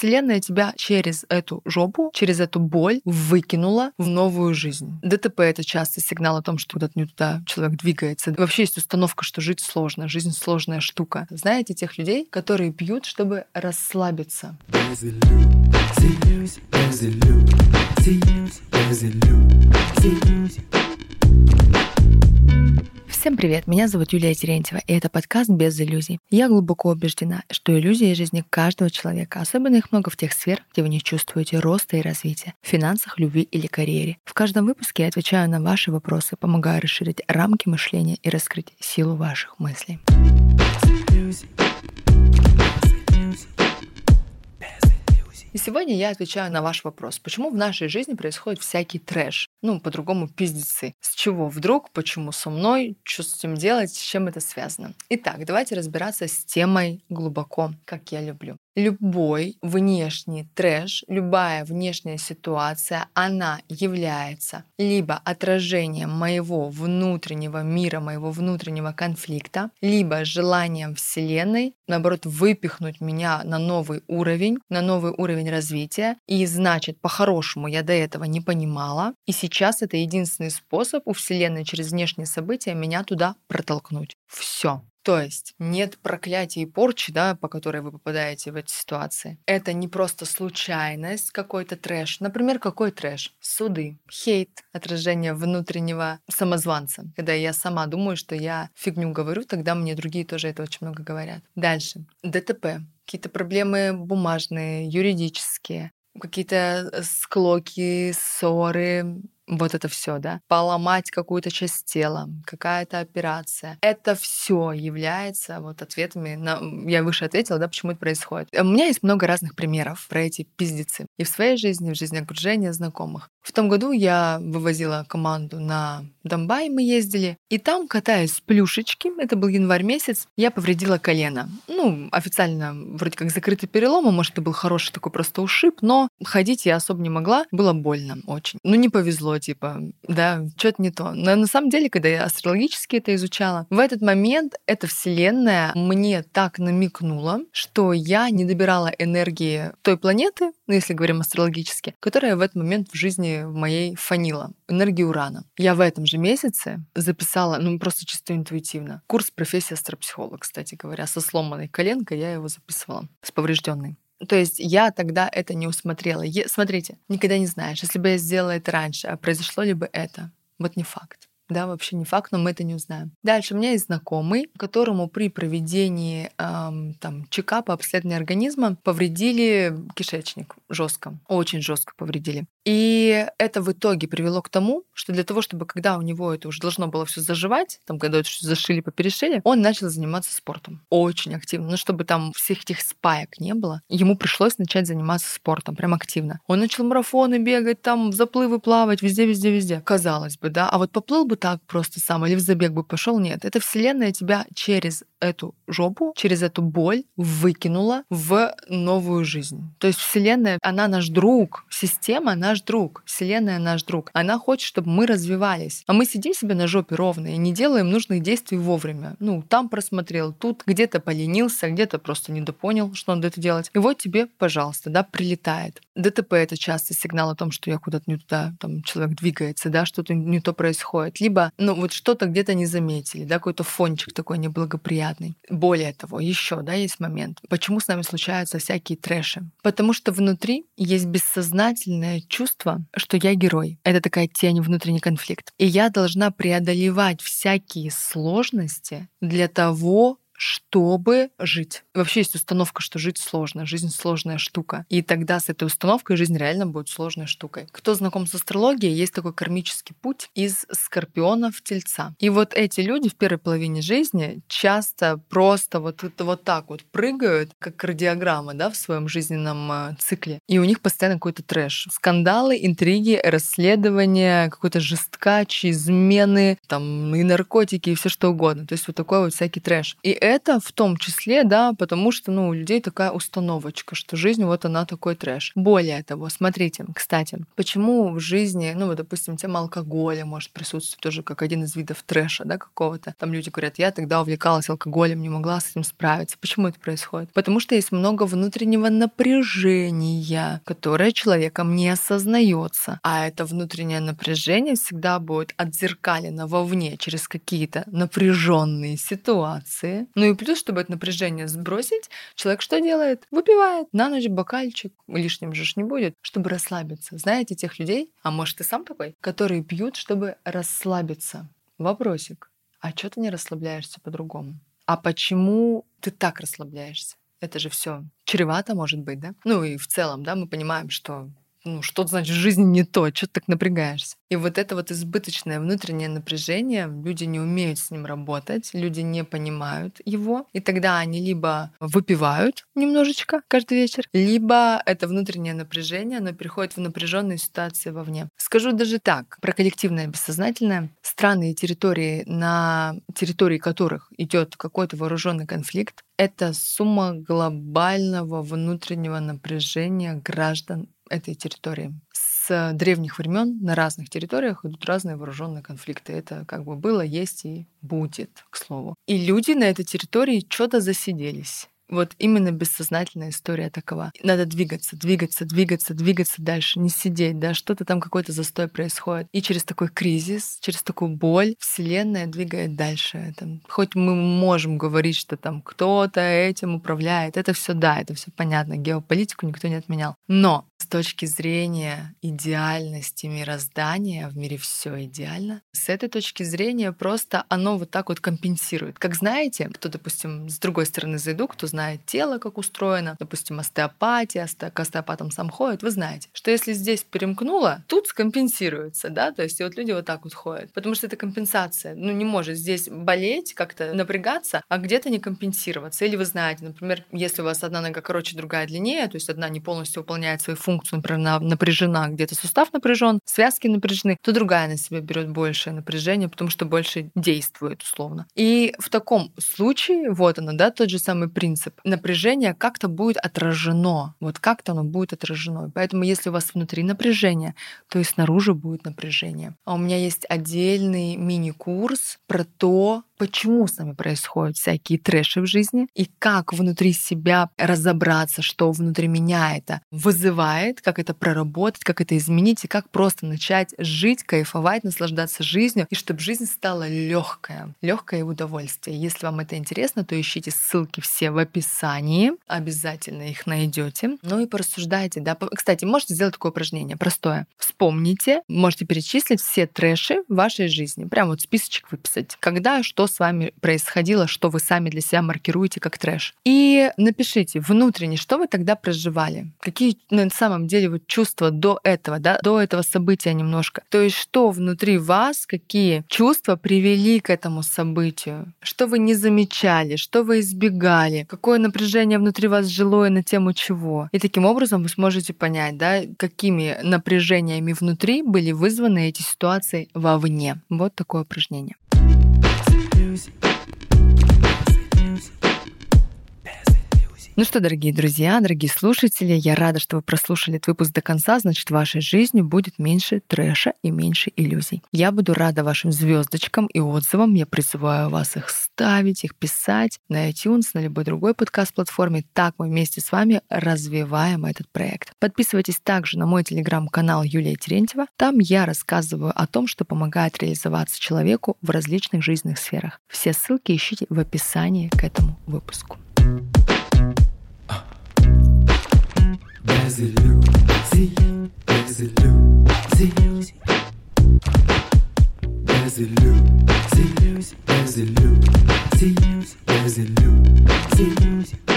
Вселенная тебя через эту жопу, через эту боль выкинула в новую жизнь. ДТП — это часто сигнал о том, что куда-то не туда человек двигается. Вообще есть установка, что жить сложно, жизнь сложная штука. Знаете тех людей, которые пьют, чтобы расслабиться? Всем привет, меня зовут Юлия Терентьева, и это подкаст «Без иллюзий». Я глубоко убеждена, что иллюзии жизни каждого человека, особенно их много в тех сферах, где вы не чувствуете роста и развития, в финансах, любви или карьере. В каждом выпуске я отвечаю на ваши вопросы, помогаю расширить рамки мышления и раскрыть силу ваших мыслей. И сегодня я отвечаю на ваш вопрос, почему в нашей жизни происходит всякий трэш, по-другому пиздецы. С чего вдруг, почему со мной, что с этим делать, с чем это связано. Итак, давайте разбираться с темой глубоко, как я люблю. Любой внешний трэш, любая внешняя ситуация, она является либо отражением моего внутреннего мира, моего внутреннего конфликта, либо желанием Вселенной, наоборот, выпихнуть меня на новый уровень развития. И значит, по-хорошему я до этого не понимала. И сейчас это единственный способ у Вселенной через внешние события меня туда протолкнуть. Все. То есть нет проклятия и порчи, по которой вы попадаете в эти ситуации. Это не просто случайность, какой-то трэш. Например, какой трэш? Суды, хейт, отражение внутреннего самозванца. Когда я сама думаю, что я фигню говорю, тогда мне другие тоже это очень много говорят. Дальше. ДТП. Какие-то проблемы бумажные, юридические, какие-то склоки, ссоры, вот это все, поломать какую-то часть тела, какая-то операция. Это все является ответами на... Я выше ответила, почему это происходит. У меня есть много разных примеров про эти пиздецы. И в своей жизни, и в жизни окружения, знакомых. В том году я вывозила команду на Домбай, мы ездили, и там, катаясь с плюшечки, это был январь месяц, я повредила колено. Официально вроде как закрытый перелом, а может, это был хороший такой просто ушиб, но ходить я особо не могла, было больно очень. Не повезло, что-то не то. Но на самом деле, когда я астрологически это изучала, в этот момент эта Вселенная мне так намекнула, что я не добирала энергии той планеты, если говорим астрологически, которая в этот момент в жизни моей фанила, энергии Урана. Я в этом же месяце записала, просто чисто интуитивно, курс профессии астропсихолога, кстати говоря, со сломанной коленкой я его записывала, с поврежденной. То есть я тогда это не усмотрела. Смотрите, никогда не знаешь, если бы я сделала это раньше, а произошло ли бы это? Не факт. Вообще не факт, но мы это не узнаем. Дальше у меня есть знакомый, которому при проведении чекапа, обследования организма повредили кишечник жестко, очень жестко повредили. И это в итоге привело к тому, что для того, чтобы когда у него это уже должно было все заживать, когда это все зашили, поперешили, он начал заниматься спортом очень активно. Чтобы там всех этих спаек не было, ему пришлось начать заниматься спортом прям активно. Он начал марафоны бегать, заплывы плавать, везде. Казалось бы, а вот поплыл бы так просто сам, или в забег бы пошел, нет. Это Вселенная тебя через эту жопу, через эту боль выкинула в новую жизнь. То есть Вселенная, она наш друг, система наш друг, Вселенная наш друг. Она хочет, чтобы мы развивались. А мы сидим себе на жопе ровно и не делаем нужных действий вовремя. Там просмотрел, тут где-то поленился, где-то просто недопонял, что надо это делать. И вот тебе, пожалуйста, прилетает. ДТП — это часто сигнал о том, что я куда-то не туда, человек двигается, что-то не то происходит. Либо, что-то где-то не заметили, какой-то фончик такой неблагоприятный. Более того, еще, есть момент. Почему с нами случаются всякие трэши? Потому что внутри есть бессознательное чувство, что я герой. Это такая тень, внутренний конфликт. И я должна преодолевать всякие сложности для того, чтобы жить. Вообще есть установка, что жить сложно, жизнь сложная штука. И тогда с этой установкой жизнь реально будет сложной штукой. Кто знаком с астрологией, есть такой кармический путь из Скорпиона в Тельца. И эти люди в первой половине жизни часто просто вот так прыгают, как кардиограмма, в своем жизненном цикле. И у них постоянно какой-то трэш. Скандалы, интриги, расследования, какой-то жесткач, измены, и наркотики, и все что угодно. То есть такой всякий трэш. И это в том числе, да, потому что, у людей такая установочка, что жизнь вот она такой трэш. Более того, смотрите, кстати, почему в жизни, допустим, тема алкоголя может присутствовать тоже как один из видов трэша, да, какого-то. Там люди говорят, я тогда увлекалась алкоголем, не могла с этим справиться. Почему это происходит? Потому что есть много внутреннего напряжения, которое человеком не осознается. А это внутреннее напряжение всегда будет отзеркалено вовне через какие-то напряженные ситуации. И плюс, чтобы это напряжение сбросить, человек что делает? Выпивает на ночь бокальчик, лишним же не будет, чтобы расслабиться. Знаете тех людей, а может ты сам такой, которые пьют, чтобы расслабиться? Вопросик. А что ты не расслабляешься по-другому? А почему ты так расслабляешься? Это же все чревато, может быть, да? И в целом, да, мы понимаем, что что значит в жизни не то, что ты так напрягаешься. И вот это вот избыточное внутреннее напряжение, люди не умеют с ним работать, люди не понимают его, и тогда они либо выпивают немножечко каждый вечер, либо это внутреннее напряжение, оно переходит в напряженные ситуации вовне. Скажу даже так, про коллективное бессознательное. Страны и территории, на территории которых идет какой-то вооруженный конфликт, это сумма глобального внутреннего напряжения граждан этой территории. С древних времен на разных территориях идут разные вооруженные конфликты. Это было, есть и будет, к слову. И люди на этой территории что-то засиделись. Вот именно бессознательная история такова. Надо двигаться дальше, не сидеть, да, что-то там какой-то застой происходит. И через такой кризис, через такую боль Вселенная двигает дальше. Хоть мы можем говорить, что там кто-то этим управляет, это все да, это все понятно, геополитику никто не отменял. Но с точки зрения идеальности мироздания, в мире все идеально, с этой точки зрения просто оно вот так вот компенсирует. Как знаете, кто, допустим, с другой стороны зайду, кто знает тело, как устроено, допустим, остеопатия, к остеопатам сам ходит, вы знаете, что если здесь перемкнуло, тут скомпенсируется, да, то есть и вот люди вот так вот ходят, потому что это компенсация, не может здесь болеть, как-то напрягаться, а где-то не компенсироваться. Или вы знаете, например, если у вас одна нога короче, другая длиннее, то есть одна не полностью выполняет свою функцию, например, напряжена, где-то сустав напряжен, связки напряжены, то другая на себя берет большее напряжение, потому что больше действует условно. И в таком случае, вот оно, да, тот же самый принцип. Напряжение как-то будет отражено. Вот как-то оно будет отражено. Поэтому если у вас внутри напряжение, то и снаружи будет напряжение. А у меня есть отдельный мини-курс про то, почему с нами происходят всякие трэши в жизни и как внутри себя разобраться, что внутри меня это вызывает, как это проработать, как это изменить и как просто начать жить, кайфовать, наслаждаться жизнью и чтобы жизнь стала легкая и в удовольствие. Если вам это интересно, то ищите ссылки все в описании, обязательно их найдете. И порассуждайте. Да. Кстати, можете сделать такое упражнение простое. Вспомните, можете перечислить все трэши в вашей жизни. Прям вот списочек выписать. Когда, что с вами происходило, что вы сами для себя маркируете как трэш. И напишите внутренне, что вы тогда проживали. Какие на самом деле вот чувства до этого, да, до этого события немножко. То есть что внутри вас, какие чувства привели к этому событию. Что вы не замечали, что вы избегали, какое напряжение внутри вас жило и на тему чего. И таким образом вы сможете понять, да, какими напряжениями внутри были вызваны эти ситуации вовне. Вот такое упражнение. Ну что, дорогие друзья, дорогие слушатели, я рада, что вы прослушали этот выпуск до конца, значит, в вашей жизни будет меньше трэша и меньше иллюзий. Я буду рада вашим звездочкам и отзывам, я призываю вас их ставить, их писать на iTunes, на любой другой подкаст-платформе. Так мы вместе с вами развиваем этот проект. Подписывайтесь также на мой телеграм-канал Юлия Терентьева. Там я рассказываю о том, что помогает реализоваться человеку в различных жизненных сферах. Все ссылки ищите в описании к этому выпуску. Без иллюзий, без иллюзий, без иллюзий, без иллюзий, без иллюзий.